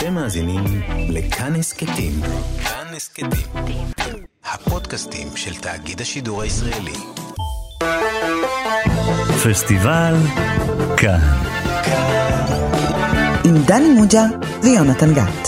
אתם מאזינים לכאן הסכתים. כאן הסכתים. הפודקאסטים של תאגיד השידור הישראלי. פסטיבל כאן. עם דני מוג'ה ויונתן גת.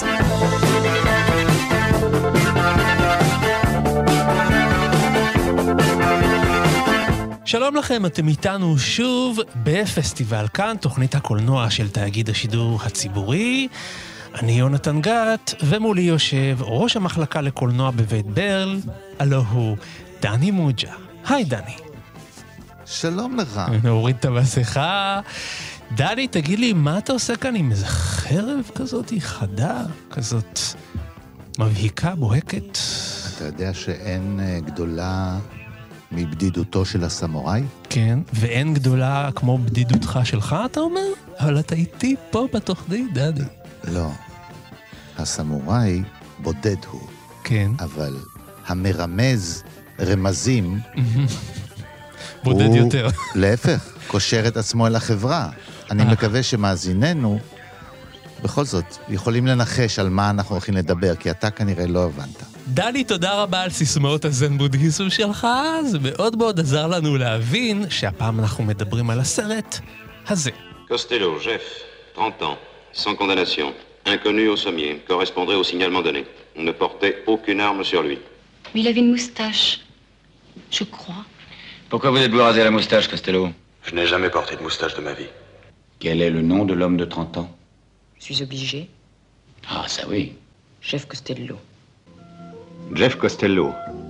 שלום לכם, אתם איתנו שוב בפסטיבל כאן, תוכנית הקולנוע של תאגיד השידור הציבורי. אני יונתן גת, ומולי יושב ראש המחלקה לקולנוע בבית ברל, הלא הוא דני מוג'ה. היי דני. שלום לך. נוריד את המסכה. דני, תגיד לי, מה אתה עושה כאן עם איזה חרב כזאת חדה, כזאת מבהיקה, בוהקת? אתה יודע שאין גדולה מבדידותו של הסמוראי? כן, ואין גדולה כמו בדידותך שלך, אתה אומר? אבל אתה איתי פה בתוכנית, דני. לא. הסמוראי בודד הוא. כן. אבל המרמז רמזים בודד הוא יותר. להפך, קושר את עצמו אל החברה. אני מקווה שמאזיננו בכל זאת יכולים לנחש על מה אנחנו הולכים לדבר, כי אתה כנראה לא הבנת. דני, תודה רבה על סיסמאות הזן בודהיזם שלך, זה מאוד מאוד עזר לנו להבין שהפעם אנחנו מדברים על הסרט הזה. Costello, Jeff, 30 ans, sans condamnation, inconnu au sommier, correspondrait au signalement donné. On ne portait aucune arme sur lui. Mais il avait une moustache, je crois. Pourquoi vous êtes-vous rasé la moustache, Costello? Je n'ai jamais porté de moustache de ma vie. Quel est le nom de l'homme de 30 ans? Je suis obligée. Ah, ça oui. Jeff Costello. Jeff Costello,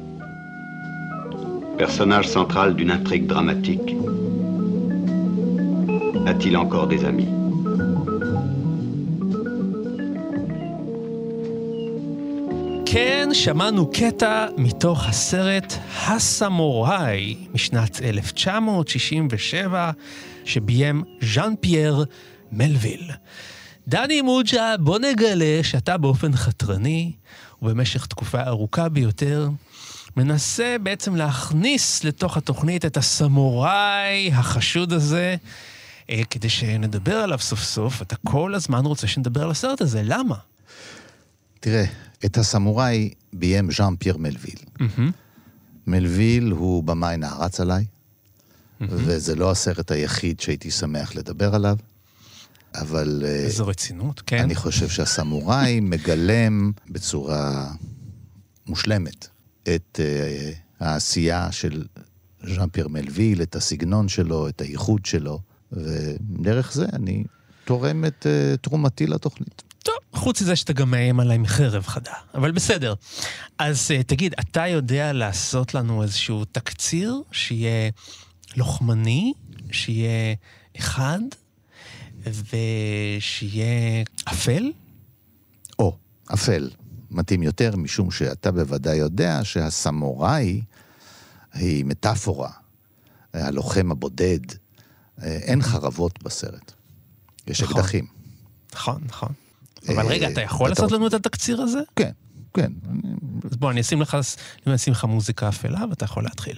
personnage central d'une intrigue dramatique. A-t-il encore des amis? כן, שמענו קטע מתוך הסרט הסמוראי משנת 1967 שביים ז'אן פייר מלוויל. דני מוג'ה, בוא נגלה שאתה באופן חתרני ובמשך תקופה ארוכה ביותר מנסה בעצם להכניס לתוך התוכנית את הסמוראי החשוד הזה, כדי שנדבר עליו סוף סוף. אתה כל הזמן רוצה שנדבר על הסרט הזה, למה? תראה, את הסמוראי ביים ז'אן פייר מלוויל. מלוויל הוא במאי נערץ עליי, וזה לא הסרט היחיד שהייתי שמח לדבר עליו, אבל איזו רצינות, כן. אני חושב שהסמוראי מגלם בצורה מושלמת את העשייה של ז'אן פייר מלוויל, את הסגנון שלו, את הייחוד שלו, ודרך זה אני תורם את תרומתי לתוכנית. טוב, חוץ מזה שאתה גם מאיים עליי מחרב חדה, אבל בסדר. אז תגיד, אתה יודע לעשות לנו איזשהו תקציר שיהיה לוחמני, שיהיה אחד, ושיהיה אפל? או, אפל. מתאים יותר, משום שאתה בוודאי יודע שהסמוראי היא מטאפורה. הלוחם הבודד. אין חרבות בסרט. יש אקדחים. נכון, נכון. אבל רגע, אתה יכול לעשות לנו את התקציר הזה? כן, כן. אז בוא, אני אשים לך מוזיקה אפלה, ואתה יכול להתחיל.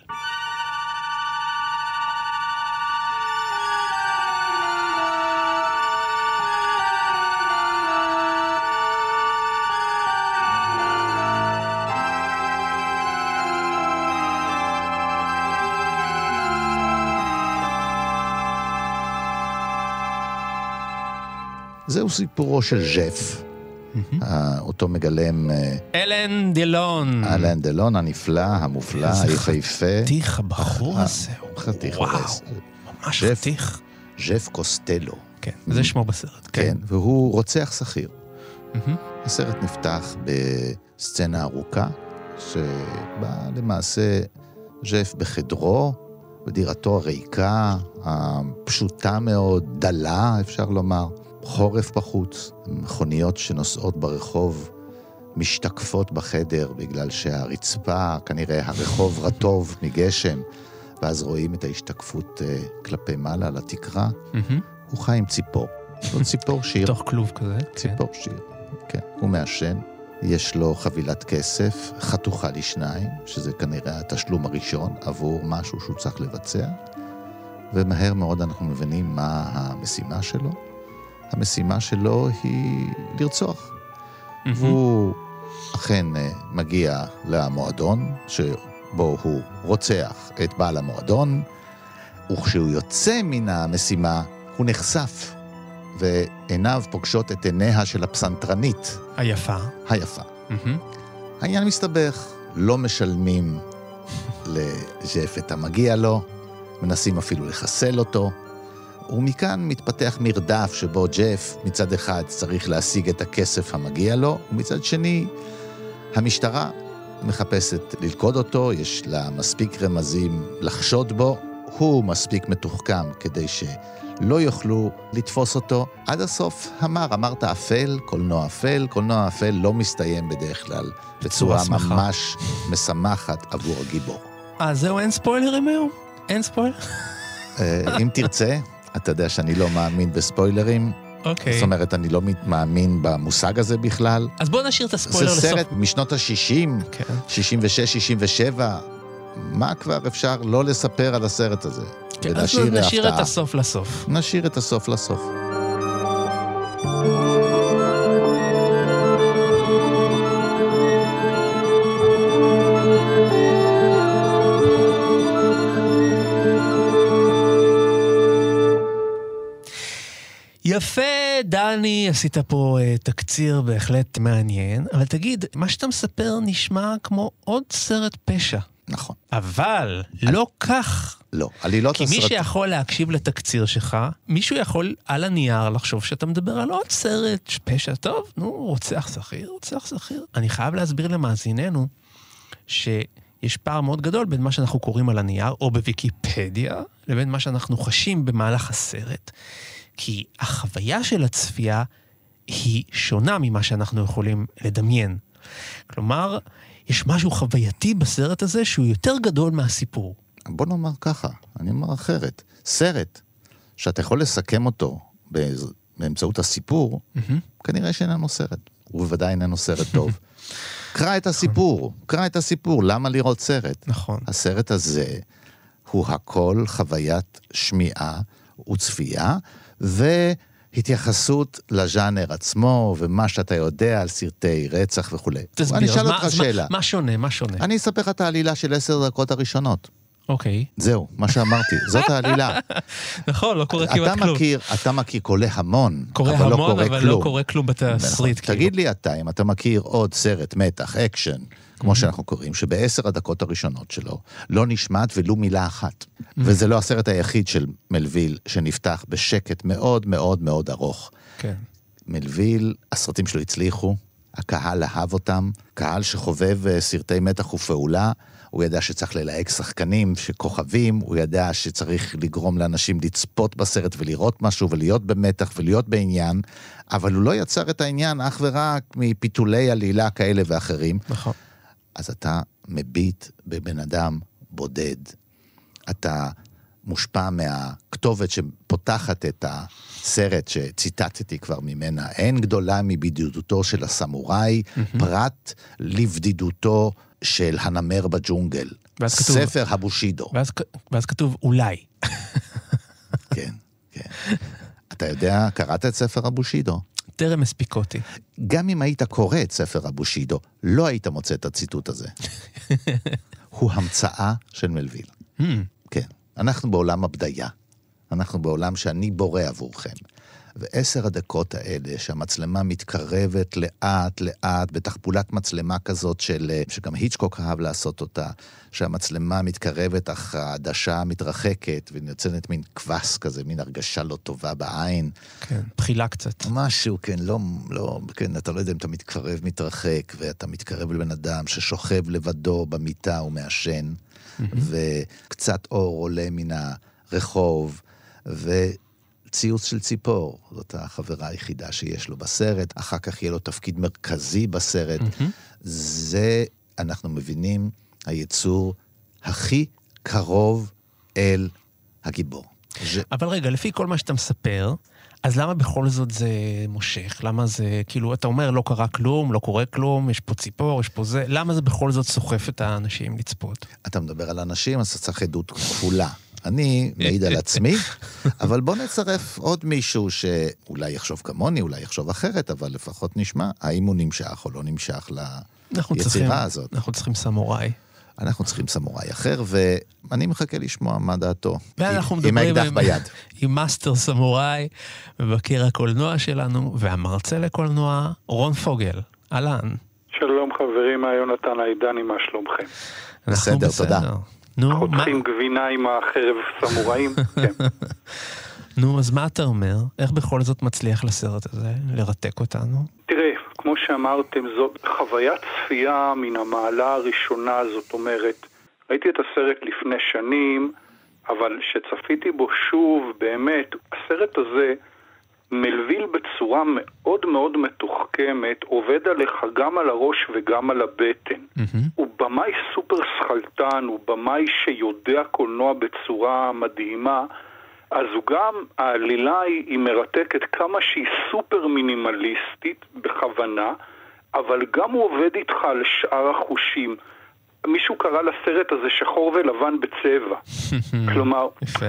זהו סיפורו של ז'ף, אותו מגלם אלן דלון. אלן דלון הנפלא, המופלא, היפהפה. איזה חתיך הבחור הזה. חתיך. וואו, ממש חתיך. ז'ף קוסטלו. כן, זה שמו בסרט. כן, והוא רוצח שכיר. הסרט נפתח בסצנה ארוכה, שבה למעשה ז'ף בחדרו, בדירתו הריקה, הפשוטה מאוד, דלה אפשר לומר, חורף בחוץ, מכוניות שנוסעות ברחוב משתקפות בחדר בגלל שהרצפה, כנראה הרחוב רטוב מגשם, ואז רואים את ההשתקפות כלפי מעלה על התקרה. הוא חי עם ציפור. זאת ציפור שיר. תוך כלוב כזה. ציפור שיר, כן. הוא מעשן, יש לו חבילת כסף, חתוכה לשניים, שזה כנראה התשלום הראשון עבור משהו שהוא צריך לבצע, ומהר מאוד אנחנו מבינים מה המשימה שלו. המשימה שלו היא לרצוח. והוא אכן מגיע למועדון, שבו הוא רוצח את בעל המועדון, וכשהוא יוצא מן המשימה, הוא נחשף, ועיניו פוגשות את עיניה של הפסנתרנית. היפה. העניין מסתבך, לא משלמים לג'ף את המגיע לו, מנסים אפילו לחסל אותו, ומכאן מתפתח מרדף שבו ג'ף מצד אחד צריך להשיג את הכסף המגיע לו, ומצד שני המשטרה מחפשת ללכוד אותו, יש לה מספיק רמזים לחשוד בו, הוא מספיק מתוחכם כדי שלא יוכלו לתפוס אותו. עד הסוף אמרת אפל, קולנוע אפל לא מסתיים בדרך כלל בצורה ממש משמחת עבור הגיבור. זהו, אין ספוילרים היום? אין ספוילר? אם תרצה, אתה יודע שאני לא מאמין בספוילרים. אוקיי. זאת אומרת, אני לא מאמין במושג הזה בכלל. אז בוא נשאיר את הספוילר לסוף. זה סרט משנות ה-60, כן. 66, 67. מה כבר אפשר לא לספר על הסרט הזה? כן, אז נשאיר את הסוף לסוף. נשאיר את הסוף לסוף. יפה, דני, עשית פה תקציר בהחלט מעניין, אבל תגיד, מה שאתה מספר נשמע כמו עוד סרט פשע. נכון. אבל לא כך. לא, עלילות הסרט. כי מי שיכול להקשיב לתקציר שלך, מישהו יכול על הנייר לחשוב שאתה מדבר על עוד סרט פשע. טוב, רוצח שכיר. אני חייב להסביר למאזיננו שיש פער מאוד גדול בין מה שאנחנו קוראים על הנייר, או בוויקיפדיה, לבין מה שאנחנו חשים במהלך הסרט. כי החוויה של הצפייה היא שונה ממה שאנחנו יכולים לדמיין. כלומר, יש משהו חווייתי בסרט הזה שהוא יותר גדול מהסיפור. בוא נאמר ככה, אני אומר אחרת. סרט שאתה יכול לסכם אותו באמצעות הסיפור, כנראה שאיננו סרט. הוא בוודאי איננו סרט טוב. קרא את הסיפור, למה לראות סרט? נכון. הסרט הזה הוא הכל חוויית שמיעה וצפייה, והתייחסות לז'אנר עצמו, ומה שאתה יודע על סרטי רצח וכו'. תסביר, אני אשאל אותך שאלה. מה שונה? אני אספר לך את העלילה של 10 דקות הראשונות. אוקיי. זהו, מה שאמרתי, זאת העלילה. נכון, לא קורה כמעט כלום. אתה מכיר, קורא המון, אבל לא קורה כלום בתסריט. תגיד לי אתה, אם אתה מכיר עוד סרט מתח, אקשן, כמו שאנחנו קוראים, שב10 הדקות הראשונות שלו לא נשמעת ולו מילה אחת. וזה לא הסרט היחיד של מלוויל שנפתח בשקט מאוד מאוד מאוד ארוך. כן. מלוויל, הסרטים שלו הצליחו, הקהל אהב אותם, קהל שחובב סרטי מתח ופעולה, הוא ידע שצריך ללהק שחקנים שכוכבים, הוא ידע שצריך לגרום לאנשים לצפות בסרט ולראות משהו ולהיות במתח ולהיות בעניין, אבל הוא לא יצר את העניין אך ורק מפיתולי עלילה כאלה ואחרים. נכון. אז אתה מביט בבן אדם בודד. אתה מושפע מהכתובת שפותחת את הסרט שציטטתי כבר ממנה. אין גדולה מבדידותו של הסמוראי, פרט לבדידותו של הנמר בג'ונגל. ספר הבושידו. ואז כתוב אולי. כן. אתה יודע, קראת את ספר הבושידו? טרם הספיקותי. גם אם היית קורא את ספר הבושידו, לא היית מוצא את הציטוט הזה. הוא המצאה של מלוויל. כן. אנחנו בעולם הבדיה. אנחנו בעולם שאני בורא עבורכם. ו10 הדקות האלה שהמצלמה מתקרבת לאט לאט בתחפולת מצלמה כזאת שגם היצ'קוק אהב לעשות אותה, שהמצלמה מתקרבת אך העדשה מתרחקת ונוצרת מין כבס כזה, מין הרגשה לא טובה בעין. כן, בחילה קצת. משהו, כן, כן, אתה לא יודע אם אתה מתקרב, מתרחק, ואתה מתקרב לבן אדם ששוכב לבדו במיטה ומעשן, וקצת אור עולה מן הרחוב, ציוץ של ציפור, זאת החברה היחידה שיש לו בסרט, אחר כך יהיה לו תפקיד מרכזי בסרט. זה, אנחנו מבינים, היצור הכי קרוב אל הגיבור. אבל רגע, לפי כל מה שאתה מספר, אז למה בכל זאת זה מושך? למה זה, כאילו, אתה אומר, לא קרה כלום, לא קורה כלום, יש פה ציפור, יש פה זה, למה זה בכל זאת סוחף את האנשים לצפות? אתה מדבר על אנשים, אז אתה צריך עדות כפולה. אני מעיד על עצמי, אבל בוא נצרף עוד מישהו שאולי יחשוב כמוני, אולי יחשוב אחרת, אבל לפחות נשמע האם הוא נמשך או לא נמשך ליצירה הזאת. אנחנו צריכים סמוראי. אנחנו צריכים סמוראי אחר, ואני מחכה לשמוע מה דעתו. ואנחנו עם האקדח ביד. עם מאסטר סמוראי, מבקר הקולנוע שלנו, והמרצה לקולנוע, רון פוגל. אהלן. שלום חברים, יונתן עידני, מה שלומכם? בסדר, תודה. חותכים גבינה עם החרב סמוראים? כן. נו, אז מה אתה אומר? איך בכל זאת מצליח לסרט הזה לרתק אותנו? תראה, כמו שאמרתם, זאת חוויית צפייה מן המעלה הראשונה, זאת אומרת, ראיתי את הסרט לפני שנים, אבל שצפיתי בו שוב, באמת, הסרט הזה מלוויל בצורה מאוד מאוד מתוחכמת, עובד עליך גם על הראש וגם על הבטן. הוא במאי סופר שחלטן, הוא במאי שיודע קולנוע בצורה מדהימה, אז הוא גם, העלילה היא מרתקת כמה שהיא סופר מינימליסטית בכוונה, אבל גם הוא עובד איתך על שאר החושים. מישהו קרא לסרט הזה שחור ולבן בצבע. כלומר,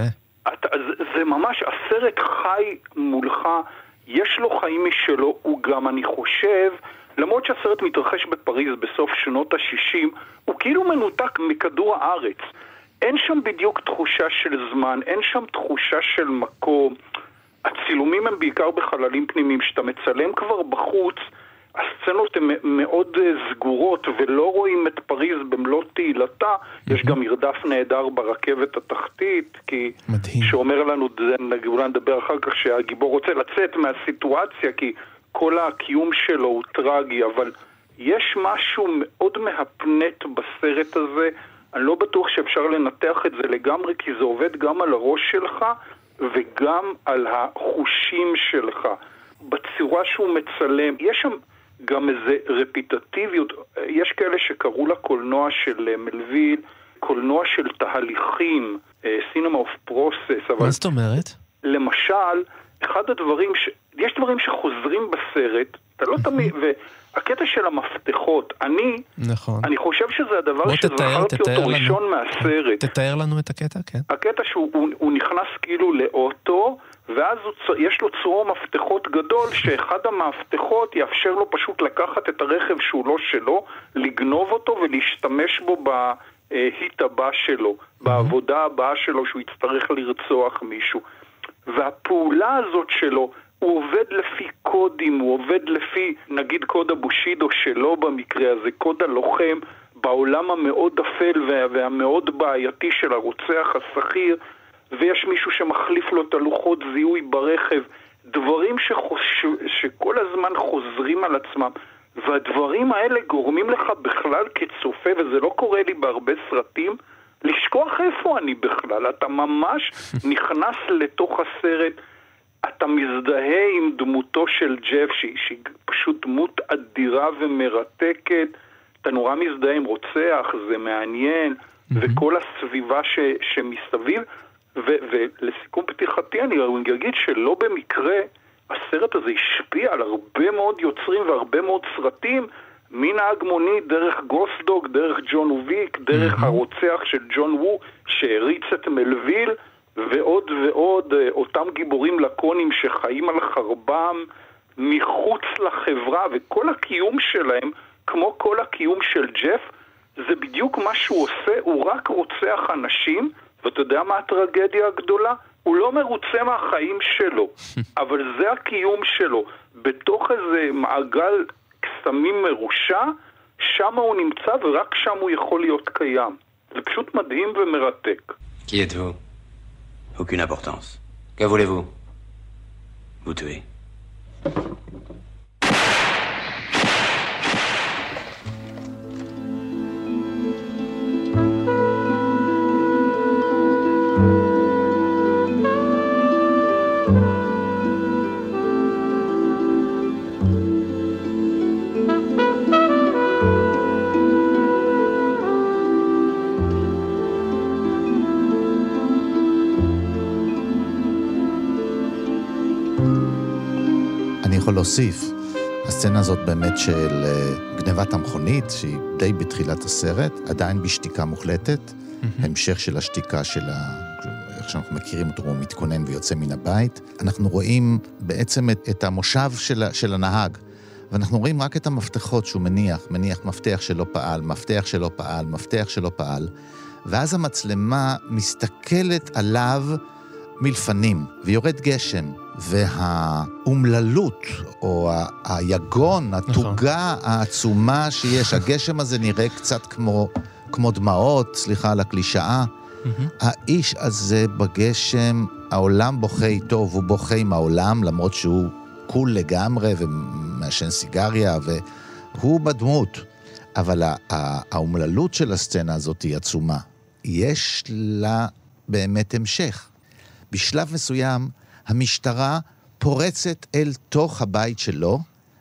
זה ממש, הסרט חי מולך, יש לו חיים משלו, הוא גם, אני חושב, למרות שהסרט מתרחש בפריז בסוף שנות ה-60, הוא כאילו מנותק מכדור הארץ. אין שם בדיוק תחושה של זמן, אין שם תחושה של מקום. הצילומים הם בעיקר בחללים פנימיים. שאתה מצלם כבר בחוץ, הסצנות הן מאוד סגורות ולא רואים את פריז במלוא תהילתה. יש גם מרדף נהדר ברכבת התחתית, כי שאומר לנו, אולי נדבר אחר כך, שהגיבור רוצה לצאת מהסיטואציה, כי כל הקיום שלו הוא טרגי, אבל יש משהו מאוד מהפנט בסרט הזה. אני לא בטוח שאפשר לנתח את זה לגמרי, כי זה עובד גם על הראש שלך וגם על החושים שלך. בצורה שהוא מצלם, יש שם גם איזה רפיטטיביות. יש כאלה שקראו לקולנוע של מלוויל, קולנוע של תהליכים, cinema of process. מה זאת אומרת? למשל, אחד הדברים, יש דברים שחוזרים בסרט, אתה לא תמיד, והקטע של המפתחות, אני חושב שזה הדבר שזכרתי אותו ראשון מהסרט. תתאר לנו את הקטע, כן. הקטע שהוא נכנס כאילו לאוטו, ואז יש לו צרור מפתחות גדול, שאחד המפתחות יאפשר לו פשוט לקחת את הרכב שהוא לא שלו, לגנוב אותו ולהשתמש בו בהיט הבא שלו, בעבודה הבאה שלו שהוא יצטרך לרצוח מישהו. והפעולה הזאת שלו, הוא עובד לפי קודים, הוא עובד לפי, נגיד, קוד הבושידו שלו במקרה הזה, קוד הלוחם, בעולם המאוד אפל והמאוד בעייתי של הרוצח השכיר, ויש מישהו שמחליף לו את הלוחות זיהוי ברכב, דברים שכל הזמן חוזרים על עצמם, והדברים האלה גורמים לך בכלל כצופה, וזה לא קורה לי בהרבה סרטים, לשכוח איפה אני בכלל. אתה ממש נכנס לתוך הסרט, אתה מזדהה עם דמותו של ג'ף, שהיא פשוט דמות אדירה ומרתקת, אתה נורא מזדהה עם רוצח, זה מעניין, וכל הסביבה שמסביב, ולסיכום פתיחתי אני אגיד שלא במקרה הסרט הזה השפיע על הרבה מאוד יוצרים והרבה מאוד סרטים, מנהג מונית, דרך גוסטדוג, דרך ג'ון וויק, דרך הרוצח של ג'ון וו שהריץ את מלוויל, ועוד ועוד, אותם גיבורים לקונים שחיים על חרבם מחוץ לחברה, וכל הקיום שלהם, כמו כל הקיום של ג'ף, זה בדיוק מה שהוא עושה, הוא רק רוצח אנשים, ואתה יודע מה הטרגדיה הגדולה? הוא לא מרוצה מהחיים שלו, אבל זה הקיום שלו, בתוך איזה מעגל קסמים מרושע, שם הוא נמצא ורק שם הוא יכול להיות קיים. זה פשוט מדהים ומרתק. Qui êtes-vous? Aucune importance. Que voulez-vous? Vous tuez. להוסיף, הסצנה הזאת באמת של גנבת המכונית, שהיא די בתחילת הסרט, עדיין בשתיקה מוחלטת, המשך של השתיקה של איך שאנחנו מכירים אותו, הוא מתכונן ויוצא מן הבית. אנחנו רואים בעצם את המושב של הנהג, ואנחנו רואים רק את המפתחות שהוא מניח מפתח שלא פעל, מפתח שלא פעל, ואז המצלמה מסתכלת עליו מלפנים, ויורד גשם, והאומללות, או היגון, התוגה העצומה שיש, הגשם הזה נראה קצת כמו דמעות, סליחה על הקלישאה, האיש הזה בגשם, העולם בוכה איתו, והוא בוכה עם העולם, למרות שהוא קול לגמרי, ומעשן סיגריה, והוא בדמות. אבל האומללות של הסצנה הזאת היא עצומה. יש לה באמת המשך. בשלב מסוים, המשטרה פורצת אל תוך הבית שלו,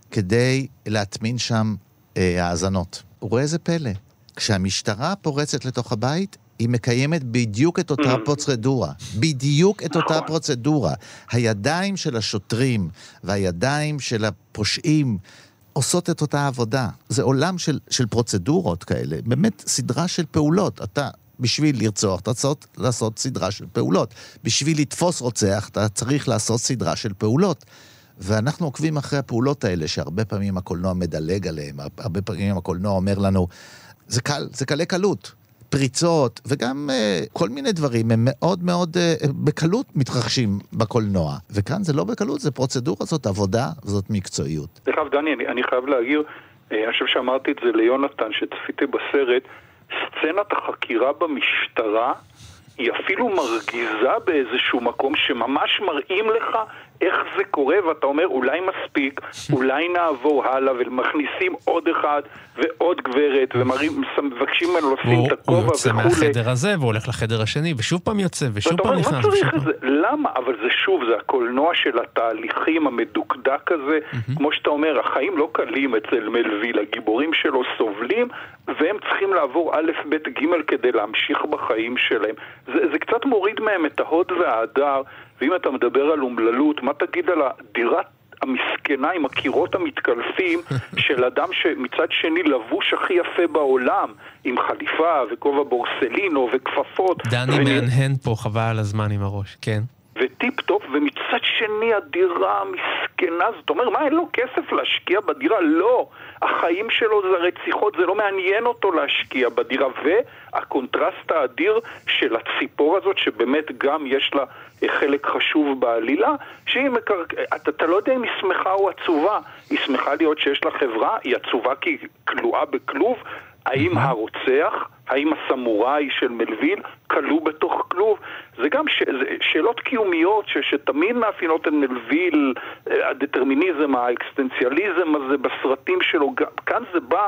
כדי להטמין שם האזנות. הוא רואה איזה פלא. כשהמשטרה פורצת לתוך הבית, היא מקיימת בדיוק את אותה פרוצדורה. בדיוק את אותה פרוצדורה. הידיים של השוטרים והידיים של הפושעים עושות את אותה עבודה. זה עולם של פרוצדורות כאלה. באמת סדרה של פעולות. אתה, בשביל לרצוח, אתה צריך לעשות סדרה של פעולות. בשביל לתפוס רוצח, אתה צריך לעשות סדרה של פעולות. ואנחנו עוקבים אחרי הפעולות האלה, שהרבה פעמים הקולנוע מדלג עליהם. הרבה פעמים הקולנוע אומר לנו, זה קל, זה קלה קלות. פריצות, וגם כל מיני דברים, הם מאוד מאוד בקלות מתרחשים בקולנוע. וכאן זה לא בקלות, זה פרוצדורה, זאת עבודה, וזאת מקצועיות. דרך דני, אני חייב להעיר, אני חושב שאמרתי את זה ליונתן, שצפיתי בסרט, סצנת החקירה במשטרה, היא אפילו מרגיזה באיזשהו מקום, שממש מראים לך איך זה קורה, ואתה אומר, אולי מספיק, אולי נעבור הלאה, ומכניסים עוד אחד ועוד גברת, ומבקשים ממנו לשים את הכובע וכו'. הוא יוצא מהחדר הזה, והוא הולך לחדר השני, ושוב פעם יוצא, ושוב פעם נכנס. מה צריך את זה? למה? אבל זה שוב, זה הקולנוע של התהליכים המדוקדק הזה, כמו שאתה אומר, החיים לא קלים אצל מלוויל, הגיבורים שלו סובלים, והם צריכים לעבור א', ב', ג' כדי להמשיך בחיים שלהם. זה קצת מוריד מהם את ההוד וההדר, ואם אתה מדבר על אומללות, מה תגיד על הדירה המסכנה עם הקירות המתקלפים של אדם שמצד שני לבוש הכי יפה בעולם, עם חליפה וכובע בורסלינו וכפפות. דני מהנהן פה, חבל על הזמן עם הראש, כן. וטיפ טופ, ומצד שני הדירה המסכנה, זאת אומרת, מה, אין לו כסף להשקיע בדירה? לא. החיים שלו זה רציחות, זה לא מעניין אותו להשקיע בדירה, והקונטרסט האדיר של הציפור הזאת, שבאמת גם יש לה חלק חשוב בעלילה, שהיא אתה לא יודע אם היא שמחה או עצובה. היא שמחה להיות שיש לה חברה, היא עצובה כי היא כלואה בכלוב, האם הרוצח, האם הסמוראי של מלוויל כלוא בתוך כלוב? זה גם שאלות קיומיות שתמיד מאפיינות את מלוויל, הדטרמיניזם, האקסטנציאליזם הזה בסרטים שלו, כאן זה בא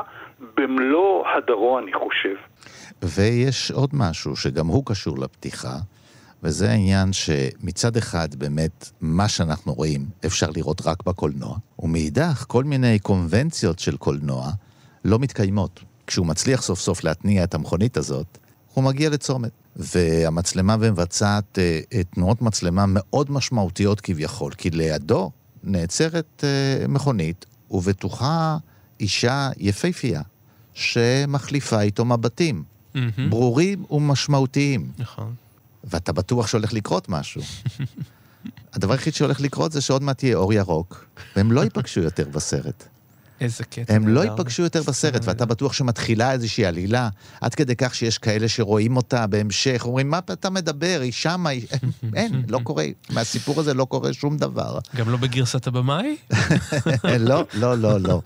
במלוא הדרו, אני חושב. ויש עוד משהו שגם הוא קשור לפתיחה, וזה העניין שמצד אחד באמת מה שאנחנו רואים אפשר לראות רק בקולנוע, ומאידך כל מיני קונבנציות של קולנוע לא מתקיימות. כשהוא מצליח סוף סוף להתניע את המכונית הזאת, הוא מגיע לצומת. והמצלמה מבצעת תנועות מצלמה מאוד משמעותיות כביכול, כי לידו נעצרת מכונית, ובתוכה אישה יפהפייה, שמחליפה איתו מבטים, ברורים ומשמעותיים. נכון. ואתה בטוח שהולך לקרות משהו. הדבר היחיד שהולך לקרות זה שעוד מעט יהיה אור ירוק, והם לא ייפגשו יותר בסרט. איזה קטע. הם לא ייפגשו יותר בסרט, ואתה בטוח שמתחילה איזושהי עלילה, עד כדי כך שיש כאלה שרואים אותה בהמשך, אומרים, מה אתה מדבר? היא שמה, אין, לא קורה, מהסיפור הזה לא קורה שום דבר. גם לא בגרסת הבמאי? לא, לא, לא, לא.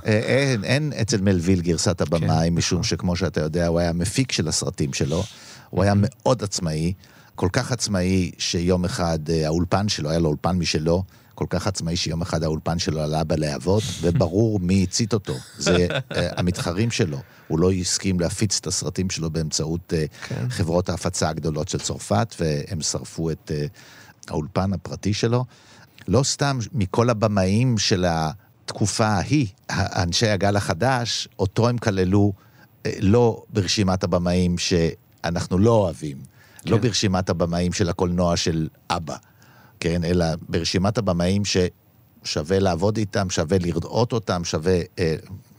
אין אצל מלוויל גרסת הבמאי, משום שכמו שאתה יודע, הוא היה מפיק של הסרטים שלו, הוא היה מאוד עצמאי, כל כך עצמאי שיום אחד האולפן שלו, היה לו אולפן משלו, כל כך עצמאי שיום אחד האולפן שלו עלה בלהבות, וברור מי הציט אותו. זה המתחרים שלו. הוא לא הסכים להפיץ את הסרטים שלו באמצעות חברות ההפצה הגדולות של צרפת, והם שרפו את האולפן הפרטי שלו. לא סתם מכל הבמאים של התקופה ההיא, אנשי הגל החדש, אותו הם כללו לא ברשימת הבמאים שאנחנו לא אוהבים, לא ברשימת הבמאים של הקולנוע של אבא. כן, אלא ברשימת הבמאים ששווה לעבוד איתם, שווה לראות אותם, שווה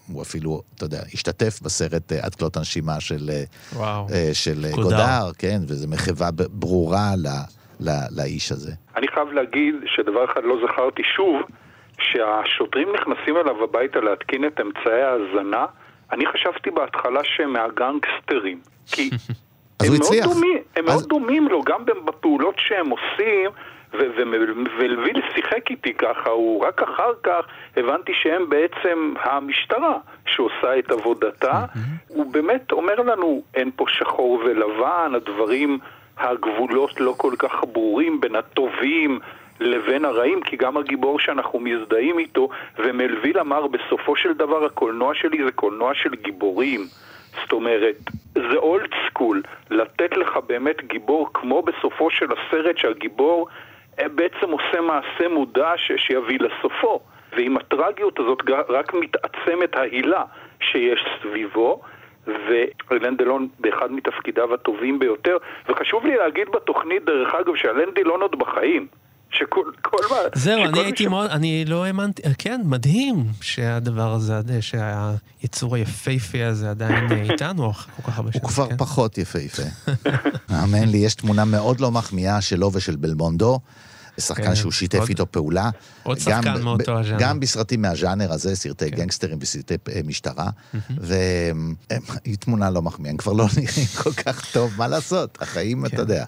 הוא אפילו, אתה יודע, השתתף בסרט עד כלות הנשימה של גודר, כן, וזו מחווה ברורה לאיש הזה. אני חייב להגיד שדבר אחד לא זכרתי שוב, שהשוטרים נכנסים אליו הביתה להתקין את אמצעי ההזנה, אני חשבתי בהתחלה שהם מהגנגסטרים, כי הם מאוד דומים לו, גם בפעולות שהם עושים, ולוויל שיחק איתי ככה, הוא רק אחר כך הבנתי שהם בעצם המשטרה שעושה את עבודתה. הוא באמת אומר לנו, אין פה שחור ולבן, הדברים, הגבולות לא כל כך ברורים בין הטובים לבין הרעים, כי גם הגיבור שאנחנו מזדהים איתו, ומלוויל אמר, בסופו של דבר הקולנוע שלי זה קולנוע של גיבורים. זאת אומרת, זה אולד סקול, לתת לך באמת גיבור כמו בסופו של הסרט, שהגיבור בעצם עושה מעשה מודע שיביא לסופו, ועם הטרגיות הזאת רק מתעצמת ההילה שיש סביבו, ואלן דילון באחד מתפקידיו הטובים ביותר, וחשוב לי להגיד בתוכנית דרך אגב שאלן דילון עוד בחיים, זהו, אני הייתי מאוד, אני לא האמנתי, כן, מדהים שהדבר הזה, שהיצור היפהפה הזה עדיין איתנו כל כך הרבה שנים. הוא כבר פחות יפהפה. האמן לי, יש תמונה מאוד לא מחמיאה שלו ושל בלמונדו, שחקן שהוא שיתף איתו פעולה. עוד שחקן מאותו הז'אנר. גם בסרטים מהז'אנר הזה, סרטי גנגסטרים וסרטי משטרה, והיא תמונה לא מחמיאה, הם כבר לא נראים כל כך טוב, מה לעשות? החיים, אתה יודע.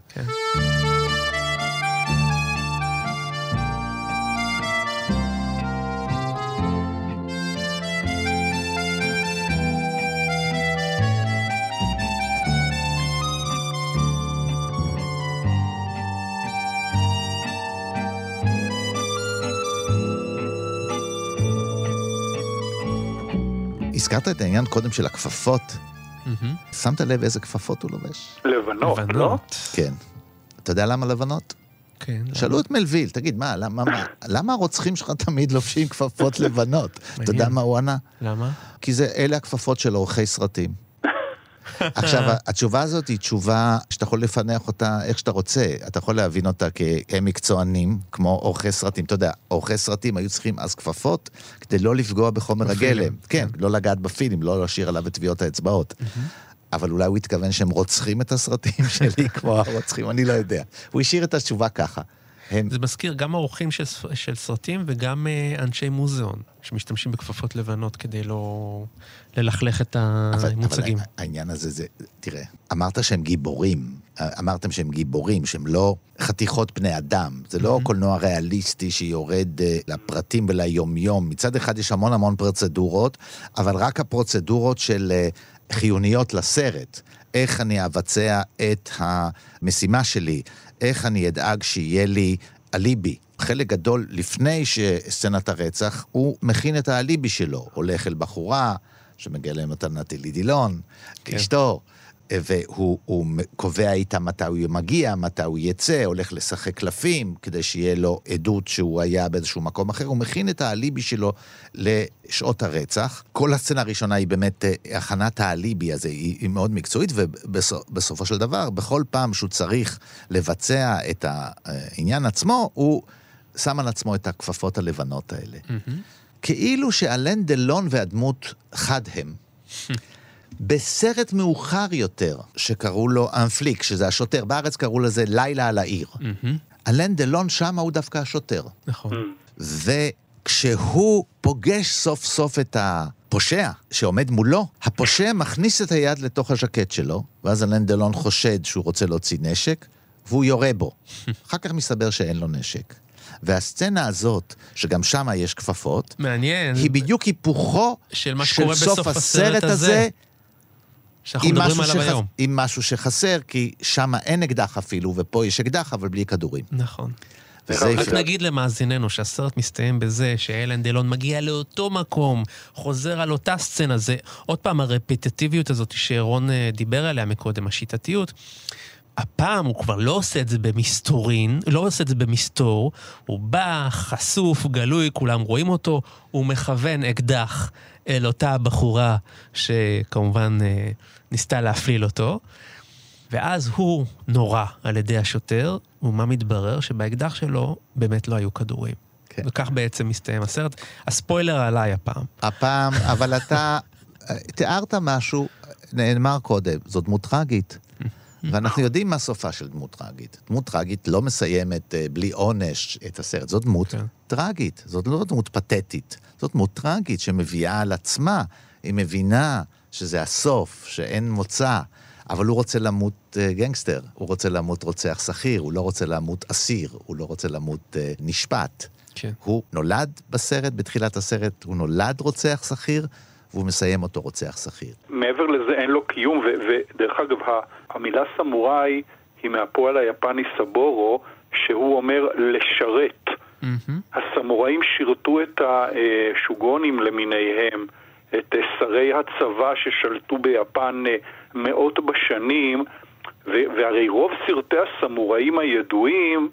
הזכרת את העניין קודם של הכפפות. שמת לב איזה כפפות הוא לובש? לבנות, לא? כן. אתה יודע למה לבנות? כן. שאלו את מלוויל, תגיד, למה הרוצחים שלך תמיד לובשים כפפות לבנות? אתה יודע מה הוא ענה? למה? כי אלה הכפפות של עורכי סרטים. עכשיו, התשובה הזאת היא תשובה שאתה יכול לפנח אותה איך שאתה רוצה. אתה יכול להבין אותה כהם מקצוענים, כמו עורכי סרטים. אתה יודע, עורכי סרטים היו צריכים אז כפפות כדי לא לפגוע בחומר הגלם. כן, לא לגעת בפילם, לא להשאיר עליו את טביעות האצבעות. אבל אולי הוא התכוון שהם רוצחים את הסרטים שלי כמו הרוצחים, אני לא יודע. הוא השאיר את התשובה ככה. זה מזכיר גם עורכים של סרטים וגם אנשי מוזיאון, שמשתמשים בכפפות לבנות כדי לא ללכלך את המוצגים. אבל העניין הזה זה, תראה, אמרת שהם גיבורים, אמרתם שהם גיבורים, שהם לא חתיכות בני אדם, זה לא קולנוע ריאליסטי שיורד לפרטים וליום-יום. מצד אחד יש המון פרוצדורות, אבל רק הפרוצדורות של חיוניות לסרט. איך אני אבצע את המשימה שלי, איך אני אדאג שיהיה לי אליבי. חלק גדול לפני שסצנת הרצח, הוא מכין את האליבי שלו. הולך אל בחורה, שמגיע להם אותה נטלי דילון, אשתו, והוא קובע איתה מתי הוא מגיע, מתי הוא יצא, הולך לשחק קלפים, כדי שיהיה לו עדות שהוא היה באיזשהו מקום אחר. הוא מכין את האליבי שלו לשעות הרצח. כל הסצנה הראשונה היא באמת הכנת האליבי הזה, היא מאוד מקצועית, ובסופו של דבר, בכל פעם שהוא צריך לבצע את העניין עצמו, הוא שם על עצמו את הכפפות הלבנות האלה. כאילו שאלן דילון והדמות חד הם. בסרט מאוחר יותר, שקראו לו אנפליק, שזה השוטר, בארץ קראו לזה לילה על העיר. אלן דילון שם הוא דווקא השוטר. נכון. וכשהוא פוגש סוף סוף את הפושע שעומד מולו, הפושע מכניס את היד לתוך הז'קט שלו, ואז אלן דילון חושד שהוא רוצה להוציא נשק, והוא יורה בו. אחר כך מסתבר שאין לו נשק. והסצנה הזאת, שגם שם יש כפפות, מעניין. היא בדיוק היפוכו של סוף הסרט הזה, שאנחנו מדברים עליו היום. עם משהו שחסר, כי שם אין אקדח אפילו, ופה יש אקדח, אבל בלי כדורים. נכון. רק נגיד למאזיננו שהסרט מסתיים בזה שאלן דילון מגיע לאותו מקום, חוזר על אותה סצנה, זה עוד פעם הרפטטיביות הזאת שרון דיבר עליה מקודם, השיטתיות. הפעם הוא כבר לא עושה את זה במסתורין, לא עושה את זה במסתור, הוא בא, חשוף, גלוי, כולם רואים אותו, הוא מכוון אקדח אל אותה בחורה שכמובן ניסתה להפליל אותו, ואז הוא נורא על ידי השוטר, ומה מתברר? שבאקדח שלו באמת לא היו כדורים. כן. וכך בעצם מסתיים הסרט. הספוילר עליי הפעם. אבל אתה תיארת משהו, נאמר קודם, זו דמות טרגית. ואנחנו יודעים מה סופה של דמות טרגית. דמות טרגית לא מסיימת בלי עונש את הסרט. זו דמות טרגית, זאת לא דמות פתטית. זאת דמות טרגית שמביאה על עצמה. היא מבינה שזה הסוף, שאין מוצא. אבל הוא רוצה למות גנגסטר, הוא רוצה למות רוצח שכיר, הוא לא רוצה למות אסיר, הוא לא רוצה למות נשפט. כן. הוא נולד בסרט, בתחילת הסרט, הוא נולד רוצח שכיר, והוא מסיים אותו רוצח שכיר. מעבר לזה אין לו קיום, ודרך אגב, המילה סמוראי היא מהפועל היפני סבורו, שהוא אומר לשרת. הסמוראים שירתו את השוגונים למיניהם, את שרי הצבא ששלטו ביפן מאות בשנים, והרי רוב סרטי הסמוראים הידועים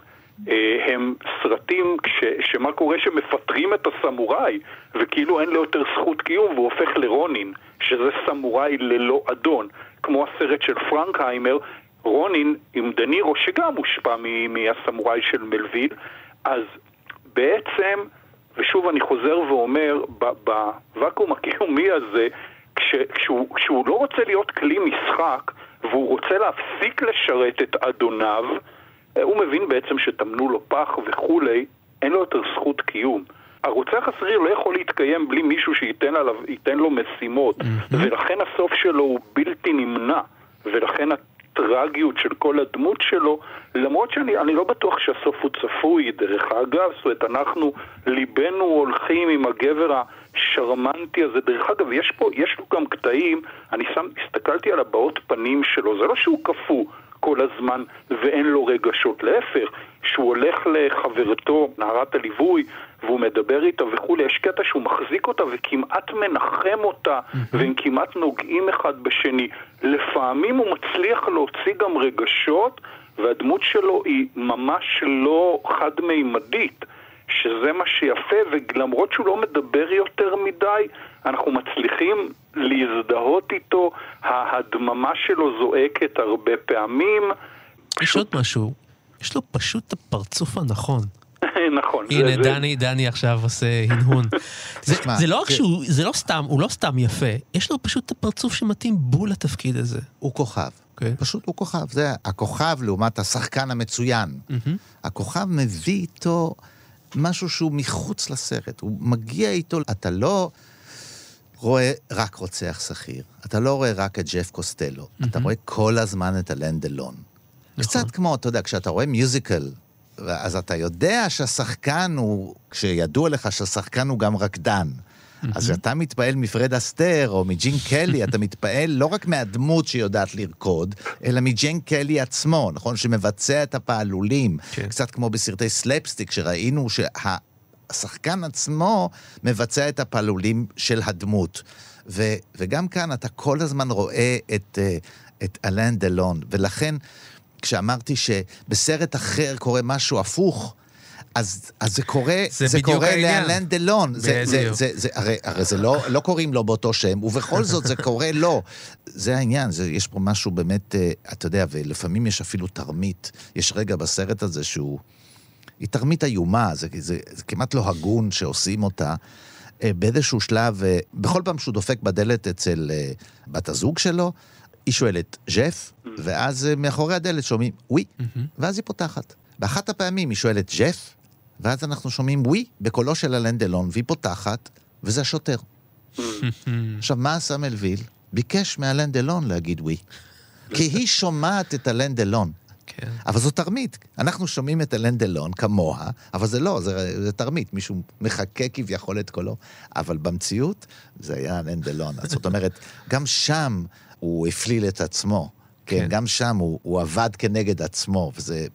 הם סרטים שמה קורה שמפטרים את הסמוראי, וכאילו אין לו יותר זכות קיום, והוא הופך לרונין, שזה סמוראי ללא אדון, כמו הסרט של פרנקהיימר, רונין עם דנירו שגם מושפע מהסמוראי של מלוויל. אז בעצם, ושוב אני חוזר ואומר, בוואקום הקיומי הזה, כשהוא לא רוצה להיות כלי משחק, והוא רוצה להפסיק לשרת את אדוניו, הוא מבין בעצם שתמנו לו פח וכולי, אין לו יותר זכות קיום. הרוצח השכיר לא יכול להתקיים בלי מישהו שייתן לו משימות, ולכן הסוף שלו הוא בלתי נמנע, ולכן הטרגיות של כל הדמות שלו, למרות שאני לא בטוח שהסוף הוא צפוי, דרך אגב, זאת אומרת, אנחנו ליבנו הולכים עם הגבר השרמנטי הזה, דרך אגב, יש לו גם קטעים, אני הסתכלתי על הבעות פנים שלו, זה לא שהוא קפוא כל הזמן ואין לו רגשות, להפך, שהוא הולך לחברתו, נערת הליווי, והוא מדבר איתה וכולי, יש קטע שהוא מחזיק אותה וכמעט מנחם אותה, והם כמעט נוגעים אחד בשני. לפעמים הוא מצליח להוציא גם רגשות, והדמות שלו היא ממש לא חד-מימדית, שזה מה שיפה, ולמרות שהוא לא מדבר יותר מדי, אנחנו מצליחים להזדהות איתו, ההדממה שלו זועקת הרבה פעמים. יש עוד משהו, יש לו פשוט את הפרצוף הנכון. נכון. הנה, דני עכשיו עושה הנהון. זה לא רק שהוא, זה לא סתם, הוא לא סתם יפה, יש לו פשוט את הפרצוף שמתאים בול לתפקיד הזה. הוא כוכב. פשוט הוא כוכב. זה הכוכב לעומת השחקן המצוין. הכוכב מביא איתו משהו שהוא מחוץ לסרט. הוא מגיע איתו, אתה לא רואה רק רוצח שכיר. אתה לא רואה רק את ג'ף קוסטלו. אתה רואה כל הזמן את אלן דלון. קצת כמו, אתה יודע, כשאתה רואה מיוזיקל, אז אתה יודע שהשחקן הוא, כשידוע לך שהשחקן הוא גם רקדן. אז אתה מתפעל מפרד אסטר או מג'ין קלי, אתה מתפעל לא רק מהדמות שיודעת לרקוד, אלא מג'ין קלי עצמו, נכון? שמבצע את הפעלולים. קצת כמו בסרטי סלפסטיק, שראינו שהשחקן עצמו מבצע את הפעלולים של הדמות. וגם כאן אתה כל הזמן רואה את אלן דלון, ולכן כשאמרתי שבסרט אחר קורה משהו הפוך, אז זה קורה לאלן דלון. הרי זה לא קוראים לו באותו שם, ובכל זאת זה קורה לו. זה העניין, יש פה משהו באמת, אתה יודע, ולפעמים יש אפילו תרמית. יש רגע בסרט הזה היא תרמית איומה, זה כמעט לא הגון שעושים אותה. באיזשהו שלב, בכל פעם שהוא דופק בדלת אצל בת הזוג שלו, היא שואלת ג'ף, ואז מאחורי הדלת שומעים ווי, ואז היא פותחת. באחת הפעמים היא שואלת ג'ף, ואז אנחנו שומעים ווי בקולו של אלן דלון, והיא פותחת, וזה השוטר. עכשיו, מה עשה מלוויל? ביקש מאלן דלון להגיד ווי. כי היא שומעת את אלן דלון. אבל זו תרמית. אנחנו שומעים את אלן דלון כמוה, אבל זה לא, זה תרמית. מישהו מחכה כביכול את קולו. אבל במציאות, זה היה אלן דלון. זאת אומרת, גם שם הוא הפליל את עצמו. כן, גם שם הוא עבד כנגד עצמו,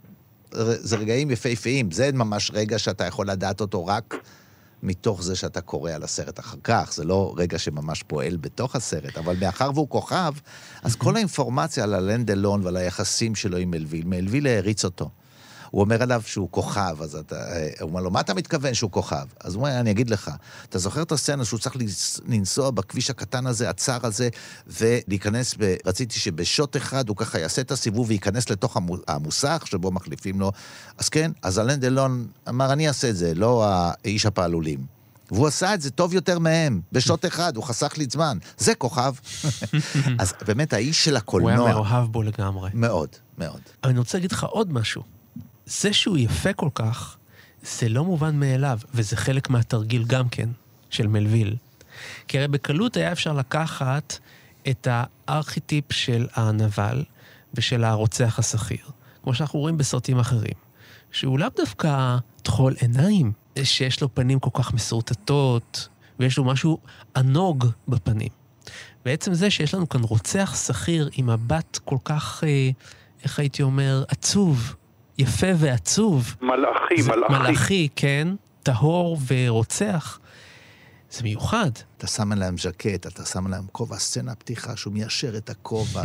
וזה רגעים יפהפיים. זה ממש רגע שאתה יכול לדעת אותו רק מתוך זה שאתה קורא על הסרט אחר כך. זה לא רגע שממש פועל בתוך הסרט, אבל מאחר והוא כוכב, אז כל האינפורמציה על אלן דלון ועל היחסים שלו עם מלוויל העריץ אותו. הוא אומר עליו שהוא כוכב, אז הוא אומר לו, מה אתה מתכוון שהוא כוכב? אז הוא אומר, אני אגיד לך, אתה זוכר את הסצנה שהוא צריך לנסוע בכביש הקטן הזה, הצר הזה, ולהיכנס, רציתי שבשוט אחד הוא ככה יעשה את הסיבוב וייכנס לתוך המוסך שבו מחליפים לו, אז כן, אז אלן דלון אמר, אני אעשה את זה, לא האיש הפעלולים. והוא עשה את זה טוב יותר מהם, בשוט אחד, הוא חסך לי זמן. זה כוכב. אז באמת, האיש של הקולנוע... הוא היה מאוהב בו לגמרי. מאוד, מאוד. אבל אני רוצה להגיד לך עוד משהו. זה שהוא יפה כל כך, זה לא מובן מאליו, וזה חלק מהתרגיל גם כן, של מלוויל. כי הרי בקלות היה אפשר לקחת את הארכיטיפ של הנבל, ושל הרוצח השכיר, כמו שאנחנו רואים בסרטים אחרים, שהוא לאו דווקא תחול עיניים, שיש לו פנים כל כך מסורטטות, ויש לו משהו ענוג בפנים. בעצם זה שיש לנו כאן רוצח שכיר עם מבט כל כך, איך הייתי אומר, עצוב, יפה ועצוב. מלאכי, כן, טהור ורוצח. זה מיוחד. אתה שם עליהם ז'קט, אתה שם עליהם כובע, סצנה פתיחה, שהוא מיישר את הכובע,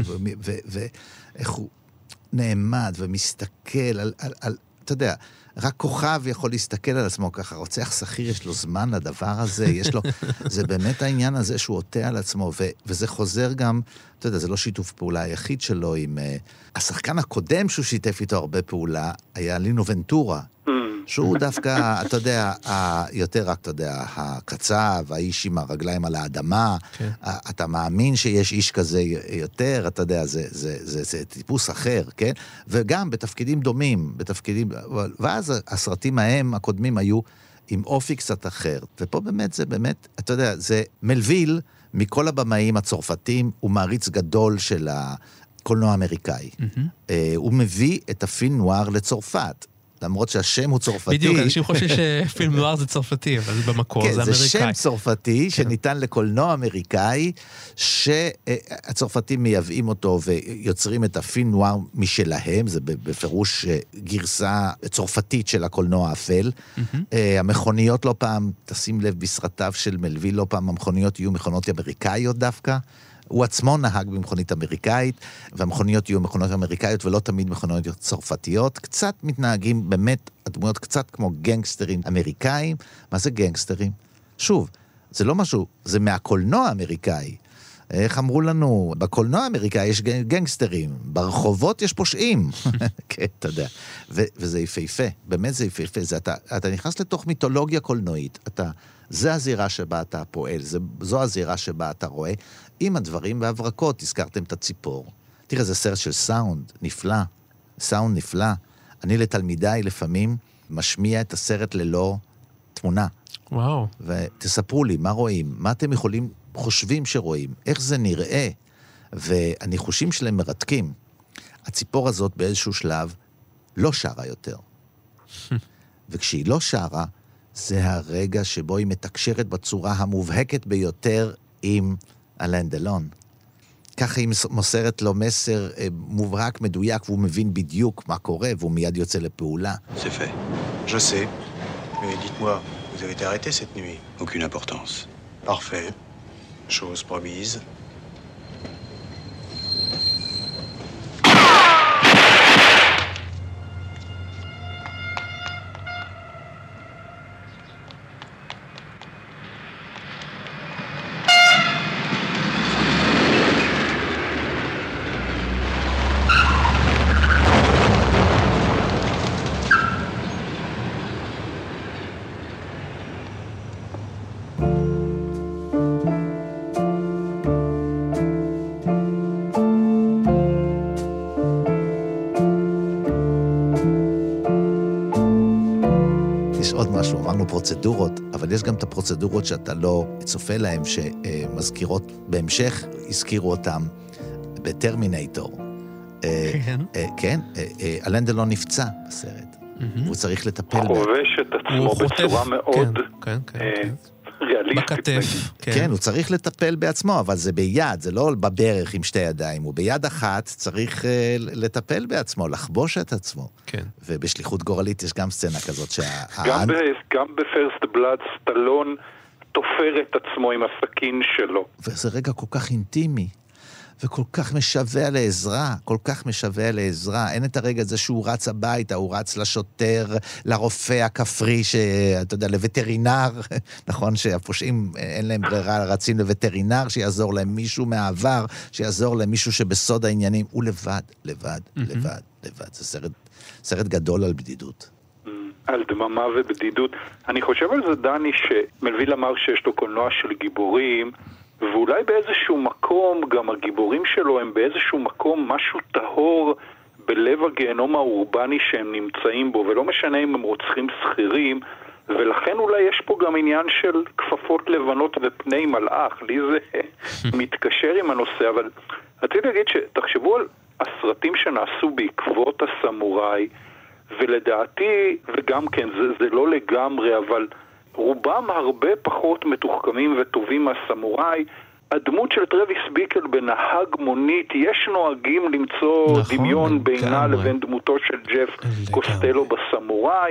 ואיך הוא נעמד ומסתכל על אתה יודע, רק כוכב יכול להסתכל על עצמו ככה, רוצח שכיר, יש לו זמן לדבר הזה, יש לו, זה באמת העניין הזה שהוא עוטה על עצמו, וזה חוזר גם, אתה יודע, זה לא שיתוף פעולה היחיד שלו עם, השחקן הקודם שהוא שיתף איתו הרבה פעולה, היה לינו ונטורה, שהוא דווקא, אתה יודע, יותר רק, אתה יודע, הקצב, האיש עם הרגליים על האדמה, אתה מאמין שיש איש כזה יותר, אתה יודע, זה טיפוס אחר, כן? וגם בתפקידים דומים, ואז הסרטים ההם, הקודמים, היו עם אופי קצת אחר. ופה באמת, זה באמת, אתה יודע, זה מלוויל מכל הבמאים הצרפתים, הוא מעריץ גדול של הקולנוע האמריקאי. הוא מביא את הפילם נואר לצרפת. למרות שהשם הוא צרפתי. בדיוק, אנשים חושבים שפילם נואר זה צרפתי, אבל במקור זה אמריקאי. כן, זה שם צרפתי שניתן לקולנוע אמריקאי, שהצרפתים מייבאים אותו ויוצרים את הפילם נואר משלהם, זה בפירוש גרסה צרפתית של הקולנוע האפל. המכוניות לא פעם, תשים לב בסרטיו של מלוויל, לא פעם המכוניות יהיו מכונות אמריקאיות דווקא, הוא עצמו נהג במכונית אמריקאית, והמכוניות יהיו מכונות אמריקאיות, ולא תמיד מכוניות צרפתיות. קצת מתנהגים, באמת, הדמויות קצת כמו גנגסטרים אמריקאים. מה זה גנגסטרים? שוב, זה לא משהו, זה מהקולנוע האמריקאי. איך אמרו לנו, בקולנוע האמריקאי יש גנגסטרים, ברחובות יש פושעים. כן, אתה יודע. וזה יפהפה, באמת זה יפהפה. אתה נכנס לתוך מיתולוגיה קולנועית, זה הזירה שבה אתה פועל, זו הזירה שבה אתה רואה, עם הדברים והברקות, הזכרתם את הציפור. תראה, זה סרט של סאונד נפלא. אני לתלמידיי לפעמים משמיע את הסרט ללא תמונה. וואו. ותספרו לי, מה רואים? מה אתם חושבים שרואים? איך זה נראה? והניחושים שלהם מרתקים. הציפור הזאת באיזשהו שלב לא שרה יותר. וכשהיא לא שרה, זה הרגע שבו היא מתקשרת בצורה המובהקת ביותר עם אלן דלון. ככה היא מוסרת לו מסר מובהק, מדויק, והוא מבין בדיוק מה קורה, והוא מיד יוצא לפעולה. C'est fait. Je sais. Mais dites-moi, vous avez été arrêté cette nuit? Aucune importance. Parfait. Chose promise. פרוצדורות, אבל יש גם את הפרוצדורות שאתה לא צופה להם, שמזכירות בהמשך, הזכירו אותם בטרמינטור. כן, אלן דלון נפצע בסרט. הוא צריך לטפל חובש את עצמו בצורה מאוד ריאליסטית. בכתף. כן, הוא צריך לטפל בעצמו, אבל זה ביד, זה לא בברך עם שתי ידיים. הוא ביד אחת צריך לטפל בעצמו, לחבוש את עצמו. כן. ובשליחות גורלית יש גם סצנה כזאת גם בפרסט בלאד סטלון תופר את עצמו עם הסכין שלו. וזה רגע כל כך אינטימי. וכל כך משווה לעזרה, כל כך משווה לעזרה. אין את הרגע הזה שהוא רץ הביתה, הוא רץ לשוטר, לרופא הכפרי, שאתה יודע, לווטרינר, נכון שהפושעים אין להם ברירה, רצים לווטרינר, שיעזור להם מישהו מהעבר, שיעזור להם מישהו שבסוד העניינים. הוא לבד, לבד, לבד, לבד. זה סרט גדול על בדידות. על דממה ובדידות. אני חושב על זה, דני, שמלוויל אמר שיש לו קולנוע של גיבורים, ואולי באיזשהו מקום, גם הגיבורים שלו הם באיזשהו מקום משהו טהור בלב הגיהנום האורבני שהם נמצאים בו, ולא משנה אם הם רוצחים שכירים, ולכן אולי יש פה גם עניין של כפפות לבנות ופני מלאך. לי זה מתקשר עם הנושא, אבל רציתי להגיד שתחשבו על הסרטים שנעשו בעקבות הסמוראי, ולדעתי, וגם כן, זה לא לגמרי, אבל רובם הרבה פחות מתוחכמים וטובים מהסמוראי. הדמות של טרוויס ביקל בנהג מונית, יש נוהגים למצוא דמיון בינה לבין דמותו של ג'ף קוסטלו בסמוראי.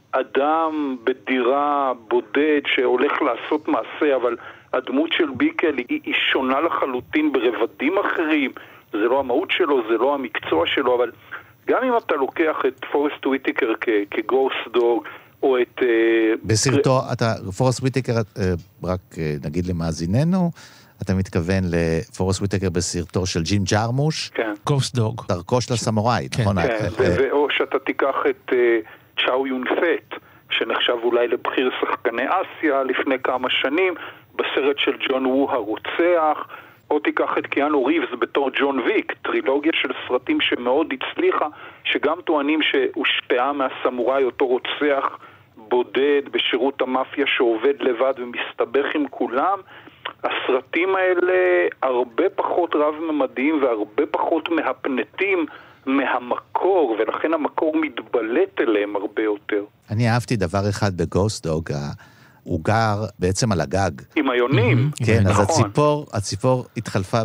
אדם בדירה בודד שהולך לעשות מעשה, אבל הדמות של ביקל היא שונה לחלוטין ברבדים אחרים. זה לא המהות שלו, זה לא המקצוע שלו, אבל גם אם אתה לוקח את פורסט וויטקר כגוסט דוג, או את... בסרטו, פורסט וויטקר, רק נגיד למאזיננו, אתה מתכוון לפורסט וויטקר בסרטו של ג'ים ג'רמוש? כן. גוסט דוג. דרכו של הסמוראי, נכון? כן, או שאתה תיקח את צ'או יון פט, שנחשב אולי לבחיר שחקני אסיה לפני כמה שנים, בסרט של ג'ון וו הרוצח, או תיקח את קיאנו ריבס בתור ג'ון ויק, טרילוגיה של סרטים שמאוד הצליחה, שגם טוענים שהושפעה מהסמוראי, אותו רוצח בודד בשירות המאפיה שעובד לבד ומסתבך עם כולם. הסרטים האלה הרבה פחות רב-ממדיים והרבה פחות מהפנטים מהמקור, ולכן המקור מתבלט אליהם הרבה יותר. אני אהבתי דבר אחד בגוסט דוג, הוא גר בעצם על הגג. עם היונים. כן, אז הציפור התחלפה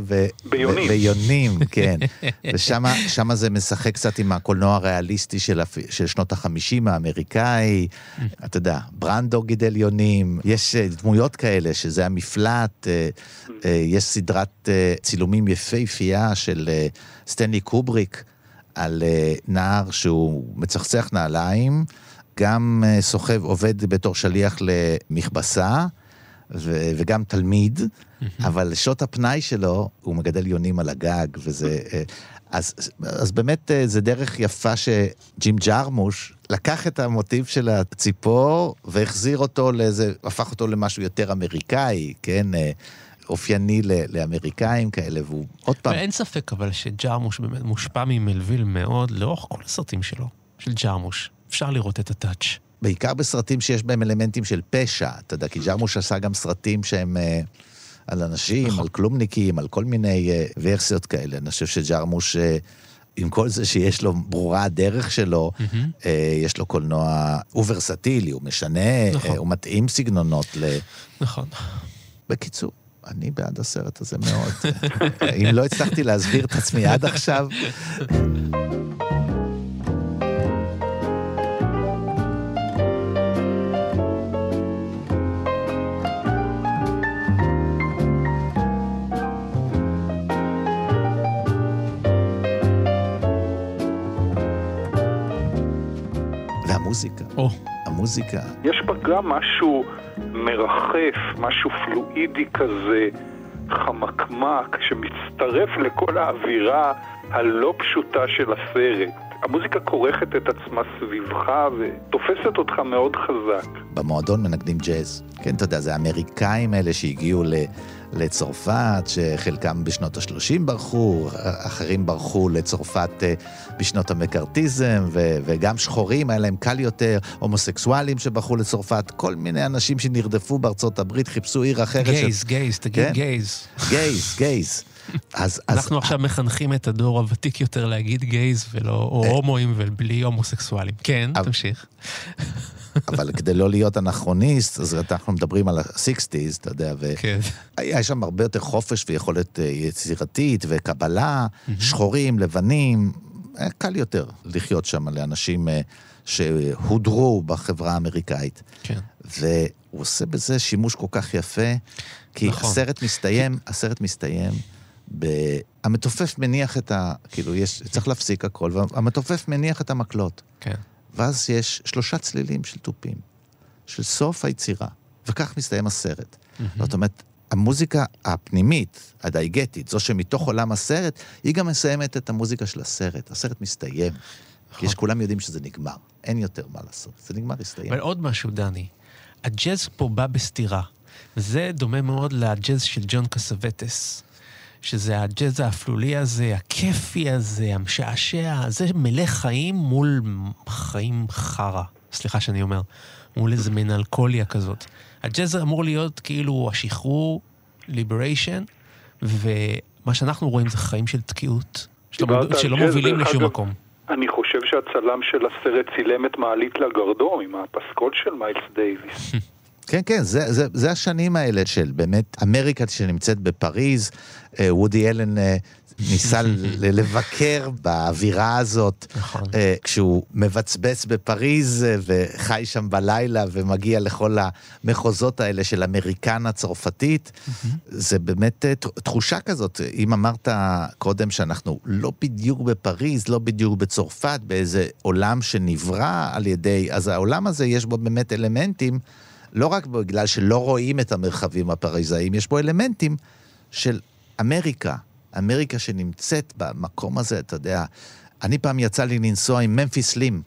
ביונים, כן. ושמה זה משחק קצת עם הקולנוע הריאליסטי של שנות ה-50 האמריקאי. אתה יודע, ברנדו גידל יונים, יש דמויות כאלה שזה המפלט, יש סדרת צילומים יפהפייה של סטנלי קובריק על נער שהוא מצחצח נעליים, גם סוחב, עובד בתור שליח למכבסה, וגם תלמיד, אבל שעות הפנאי שלו, הוא מגדל יונים על הגג, וזה... אז באמת זה דרך יפה שג'ים ג'רמוש לקח את המוטיב של הציפור, והחזיר אותו לאיזה, הפך אותו למשהו יותר אמריקאי, כן? אופייני לאמריקאים כאלה, והוא עוד פעם... ואין ספק אבל שג'רמוש באמת מושפע ממלוויל מאוד, לאורך כל הסרטים שלו, של ג'רמוש. אפשר לראות את הטאץ'. בעיקר בסרטים שיש בהם אלמנטים של פשע, אתה יודע, כי ג'רמוש עשה גם סרטים שהם על אנשים, על כלומניקים, על כל מיני ורסיות כאלה. אני חושב שג'רמוש, עם כל זה שיש לו ברורה הדרך שלו, יש לו קולנוע, הוא ורסטילי, הוא משנה, הוא מתאים סגנונות נכון. בקיצור, אני בעד הסרט הזה מאוד. אם לא הצלחתי להסביר את עצמי עד עכשיו... המוזיקה. יש בה גם משהו מרחף, משהו פלואידי כזה, חמקמק, שמצטרף לכל האווירה הלא פשוטה של הסרט. המוזיקה כורכת את עצמה סביבך ותופסת אותך מאוד חזק. במועדון מנגנים ג'אז. כן, אתה יודע, זה האמריקאים האלה שהגיעו לצרפת, שחלקם בשנות ה-30 ברחו, אחרים ברחו לצרפת בשנות המקארתיזם, וגם שחורים, היה להם קל יותר, הומוסקסואלים שברחו לצרפת, כל מיני אנשים שנרדפו בארצות הברית, חיפשו עיר אחרת. גייז, תגיד גייז. גייז. אנחנו עכשיו מחנכים את הדור הוותיק יותר להגיד גייז, או הומואים ובלי הומוסקסואלים. כן, תמשיך. אבל כדי לא להיות אנכרוניסט, אז אנחנו מדברים על ה-60s, אתה יודע, והיה שם הרבה יותר חופש ויכולת יצירתית וקבלה, שחורים, לבנים, היה קל יותר לחיות שם לאנשים שהודרו בחברה האמריקאית. כן. והוא עושה בזה שימוש כל כך יפה, כי הסרט מסתיים המתופף מניח כאילו, צריך להפסיק הכל, והמתופף מניח את המקלות. כן. ואז יש 3 צלילים של תופים, של סוף היצירה, וכך מסתיים הסרט. זאת אומרת, המוזיקה הפנימית, הדייגטית, זו שמתוך עולם הסרט, היא גם מסיימת את המוזיקה של הסרט. הסרט מסתיים. כי כולם יודעים שזה נגמר. אין יותר מה לעשות. זה נגמר, הסתיים. אבל עוד משהו, דני. הג'אז פה בא בסתירה. וזה דומה מאוד לג'אז של ג'ון קסווטס. שזה הג'אז האפלולי הזה, הכיפי הזה, המשעשע. זה מלא חיים מול חיים חרה. סליחה שאני אומר. מול איזה מין אלכוהוליה כזאת. הג'אז אמור להיות כאילו השחרור, ליבריישן, ומה שאנחנו רואים זה חיים של תקיעות, שלא מובילים לשום מקום. אני חושב שהצלם של הסרט צילם את מעלית לגרדום עם הפסקול של מיילס דייביס. כן, כן, זה השנים האלה של באמת אמריקה שנמצאת בפריז, וודי אלן ניסה לבקר באווירה הזאת, כשהוא מבצבץ בפריז וחי שם בלילה ומגיע לכל המחוזות האלה של אמריקנה צרפתית, זה באמת תחושה כזאת. אם אמרת קודם שאנחנו לא בדיוק בפריז, לא בדיוק בצרפת, באיזה עולם שנברא על ידי, אז העולם הזה יש בו באמת אלמנטים, לא רק בגלל שלא רואים את המרחבים הפריזאיים, יש בו אלמנטים של אמריקה, אמריקה שנמצאת במקום הזה, אתה יודע, אני פעם יצא לי לנסוע עם ממפיס סלים,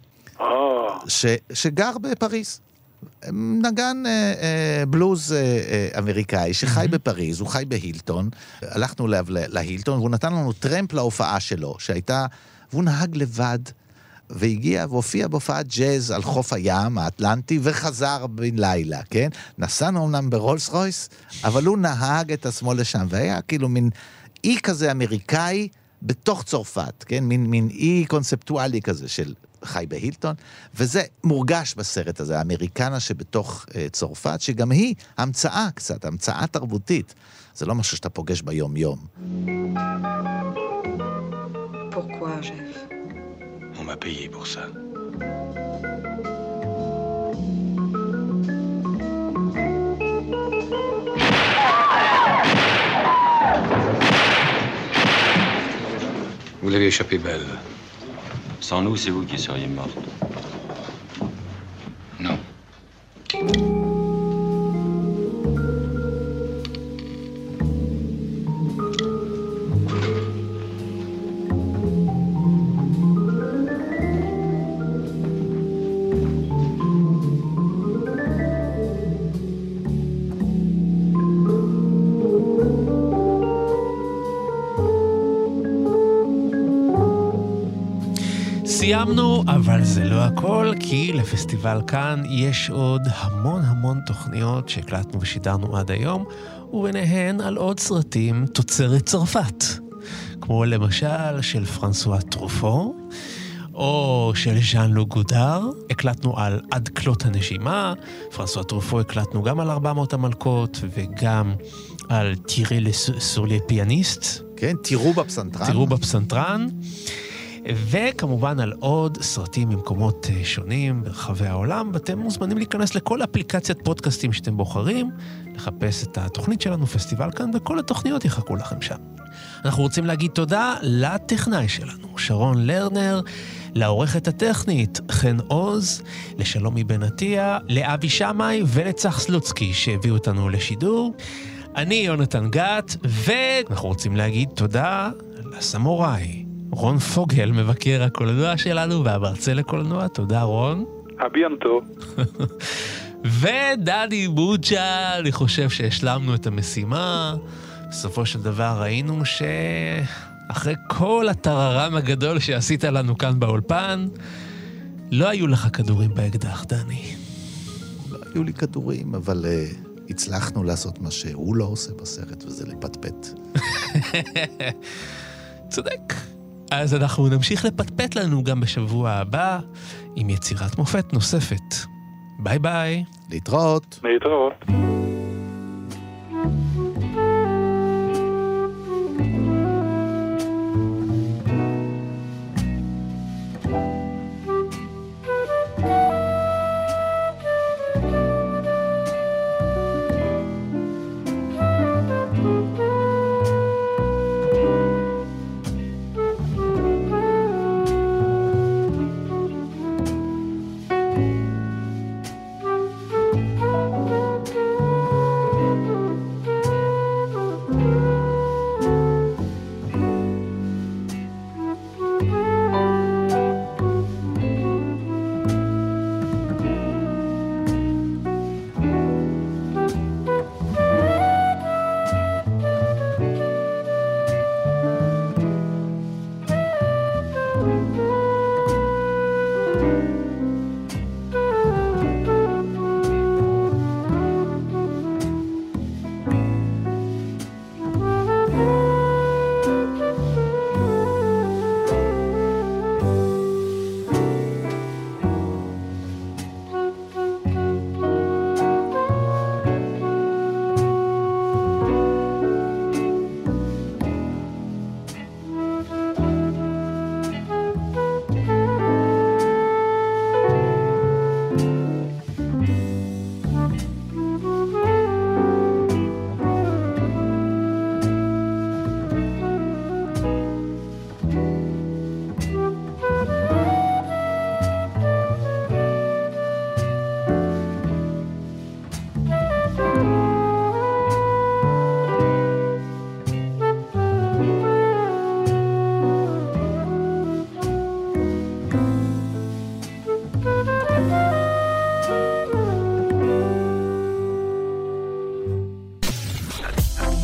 שגר בפריז, נגן בלוז אמריקאי, שחי בפריז, הוא חי בהילטון, הלכנו להילטון, והוא נתן לנו טרמפ להופעה שלו, שהייתה, והוא נהג לבד, והגיע והופיע בהופעת ג'אז על חוף הים האטלנטי, וחזר בין לילה, כן? נסענו אמנם ברולס רויס, אבל הוא נהג את עצמו לשם, והיה כאילו מין אי כזה אמריקאי בתוך צרפת, כן? מין אי קונספטואלי כזה של חי בהילטון, וזה מורגש בסרט הזה, האמריקנה שבתוך צרפת, שגם היא המצאה קצת, המצאה תרבותית. זה לא משהו שאתה פוגש ביום יום. Pourquoi, Jeff? On m'a payé pour ça. Vous l'avez échappé belle. Sans nous, c'est vous qui seriez morte. Non. סיימנו, אבל זה לא הכל, כי לפסטיבל כאן יש עוד המון תוכניות שהקלטנו ושידרנו עד היום, וביניהן על עוד סרטים תוצרת צרפת, כמו למשל של פרנסואה טרופו, או של ז'אן לוק גודר. הקלטנו על עד כלות הנשימה, פרנסואה טרופו הקלטנו גם על 400 המלכות, וגם על טירי סור לי פיאניסט. כן, תראו בפסנתרן. תראו בפסנתרן. וכמובן על עוד סרטים ממקומות שונים ברחבי העולם, ואתם מוזמנים להיכנס לכל אפליקציית פודקאסטים שאתם בוחרים, לחפש את התוכנית שלנו, פסטיבל כאן, וכל התוכניות יחכו לכם שם. אנחנו רוצים להגיד תודה לטכנאי שלנו, שרון לרנר, לעורכת הטכנית, חן עוז, לשלומי בן עטיה, לאבי שמאי ולצח סלוצקי שהביאו אותנו לשידור. אני יונתן גת, ואנחנו רוצים להגיד תודה לסמוראי. רון פוגל, מבקר הקולנוע שלנו והמרצה לקולנוע. תודה, רון. אביאנטו. ודני בוצ'ה, אני חושב שהשלמנו את המשימה. בסופו של דבר ראינו שאחרי כל הטררם הגדול שעשית לנו כאן באולפן, לא היו לך כדורים באקדח, דני. לא היו לי כדורים, אבל הצלחנו לעשות מה שהוא לא עושה בסרט, וזה לפטפט. צודק. אז אנחנו נמשיך לפטפט לנו גם בשבוע הבא עם יצירת מופת נוספת. ביי ביי. להתראות. להתראות.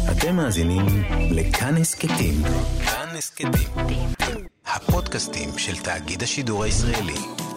אתם מאזינים לכאן הסכתים. כאן הסכתים. הפודקאסטים של תאגיד השידור הישראלי.